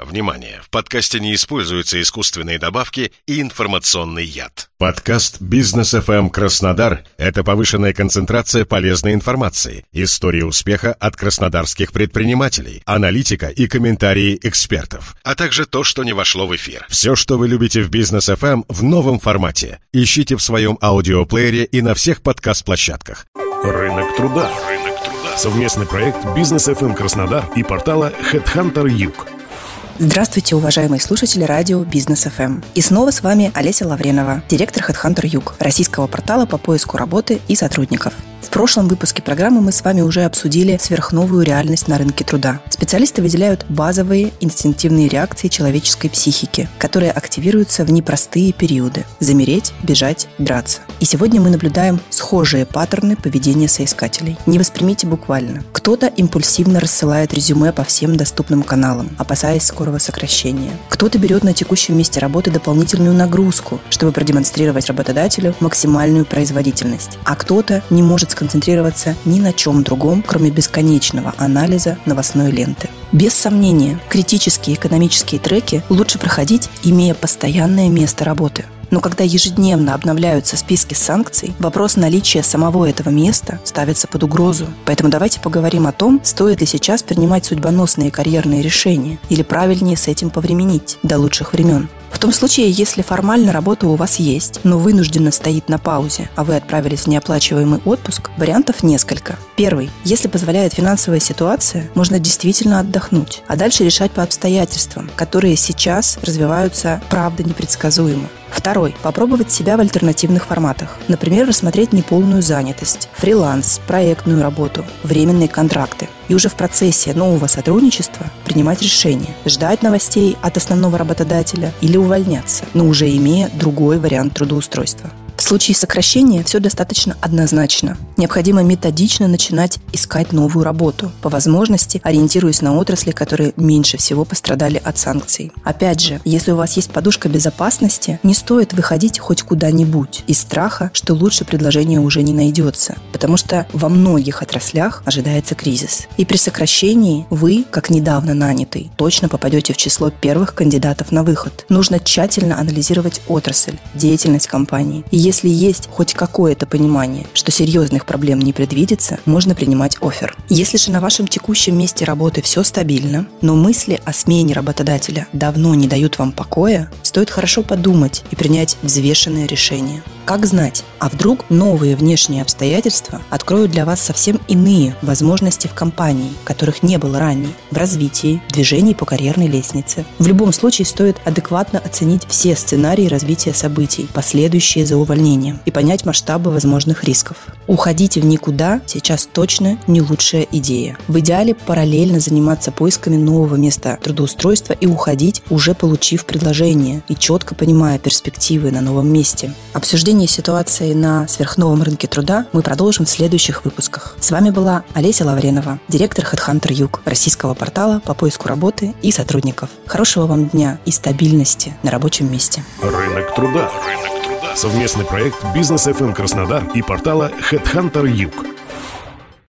Внимание! В подкасте не используются искусственные добавки и информационный яд. Подкаст «Бизнес FM Краснодар» — это повышенная концентрация полезной информации, истории успеха от краснодарских предпринимателей, аналитика и комментарии экспертов, а также то, что не вошло в эфир. Все, что вы любите в «Бизнес FM» в новом формате. Ищите в своем аудиоплеере и на всех подкаст-площадках. Рынок труда. Совместный проект «Бизнес FM Краснодар» и портала HeadHunter Юг. Здравствуйте, уважаемые слушатели радио «Бизнес FM». И снова с вами Олеся Лавренова, директор HeadHunter Юг, российского портала по поиску работы и сотрудников. В прошлом выпуске программы мы с вами уже обсудили сверхновую реальность на рынке труда. Специалисты выделяют базовые инстинктивные реакции человеческой психики, которые активируются в непростые периоды – замереть, бежать, драться. И сегодня мы наблюдаем схожие паттерны поведения соискателей. Не воспримите буквально. Кто-то импульсивно рассылает резюме по всем доступным каналам, опасаясь скорого сокращения. Кто-то берет на текущем месте работы дополнительную нагрузку, чтобы продемонстрировать работодателю максимальную производительность. А кто-то не может сконцентрироваться ни на чем другом, кроме бесконечного анализа новостной ленты. Без сомнения, критические экономические треки лучше проходить, имея постоянное место работы. Но когда ежедневно обновляются списки санкций, вопрос наличия самого этого места ставится под угрозу. Поэтому давайте поговорим о том, стоит ли сейчас принимать судьбоносные карьерные решения или правильнее с этим повременить до лучших времен. В том случае, если формально работа у вас есть, но вынужденно стоит на паузе, а вы отправились в неоплачиваемый отпуск, вариантов несколько. Первый. Если позволяет финансовая ситуация, можно действительно отдохнуть, а дальше решать по обстоятельствам, которые сейчас развиваются, правда, непредсказуемо. Второй. Попробовать себя в альтернативных форматах. Например, рассмотреть неполную занятость, фриланс, проектную работу, временные контракты. И уже в процессе нового сотрудничества принимать решение – ждать новостей от основного работодателя или увольняться, но уже имея другой вариант трудоустройства. В случае сокращения все достаточно однозначно. Необходимо методично начинать искать новую работу, по возможности ориентируясь на отрасли, которые меньше всего пострадали от санкций. Опять же, если у вас есть подушка безопасности, не стоит выходить хоть куда-нибудь из страха, что лучше предложения уже не найдется, потому что во многих отраслях ожидается кризис. И при сокращении вы, как недавно нанятый, точно попадете в число первых кандидатов на выход. Нужно тщательно анализировать отрасль, деятельность компании. И если есть хоть какое-то понимание, что серьезных проблем не предвидится, можно принимать оффер. Если же на вашем текущем месте работы все стабильно, но мысли о смене работодателя давно не дают вам покоя, стоит хорошо подумать и принять взвешенное решение. Как знать, а вдруг новые внешние обстоятельства откроют для вас совсем иные возможности в компании, которых не было ранее, в развитии, в движении по карьерной лестнице. В любом случае стоит адекватно оценить все сценарии развития событий, последующие за увольнением, и понять масштабы возможных рисков. Уходить в никуда сейчас точно не лучшая идея. В идеале параллельно заниматься поисками нового места трудоустройства и уходить, уже получив предложение и четко понимая перспективы на новом месте. Обсуждение ситуации на сверхновом рынке труда мы продолжим в следующих выпусках. С вами была Олеся Лавренова, директор HeadHunter Юг, российского портала по поиску работы и сотрудников. Хорошего вам дня и стабильности на рабочем месте. Рынок труда. Совместный проект «Бизнес FM Краснодар» и портала HeadHunter Юг.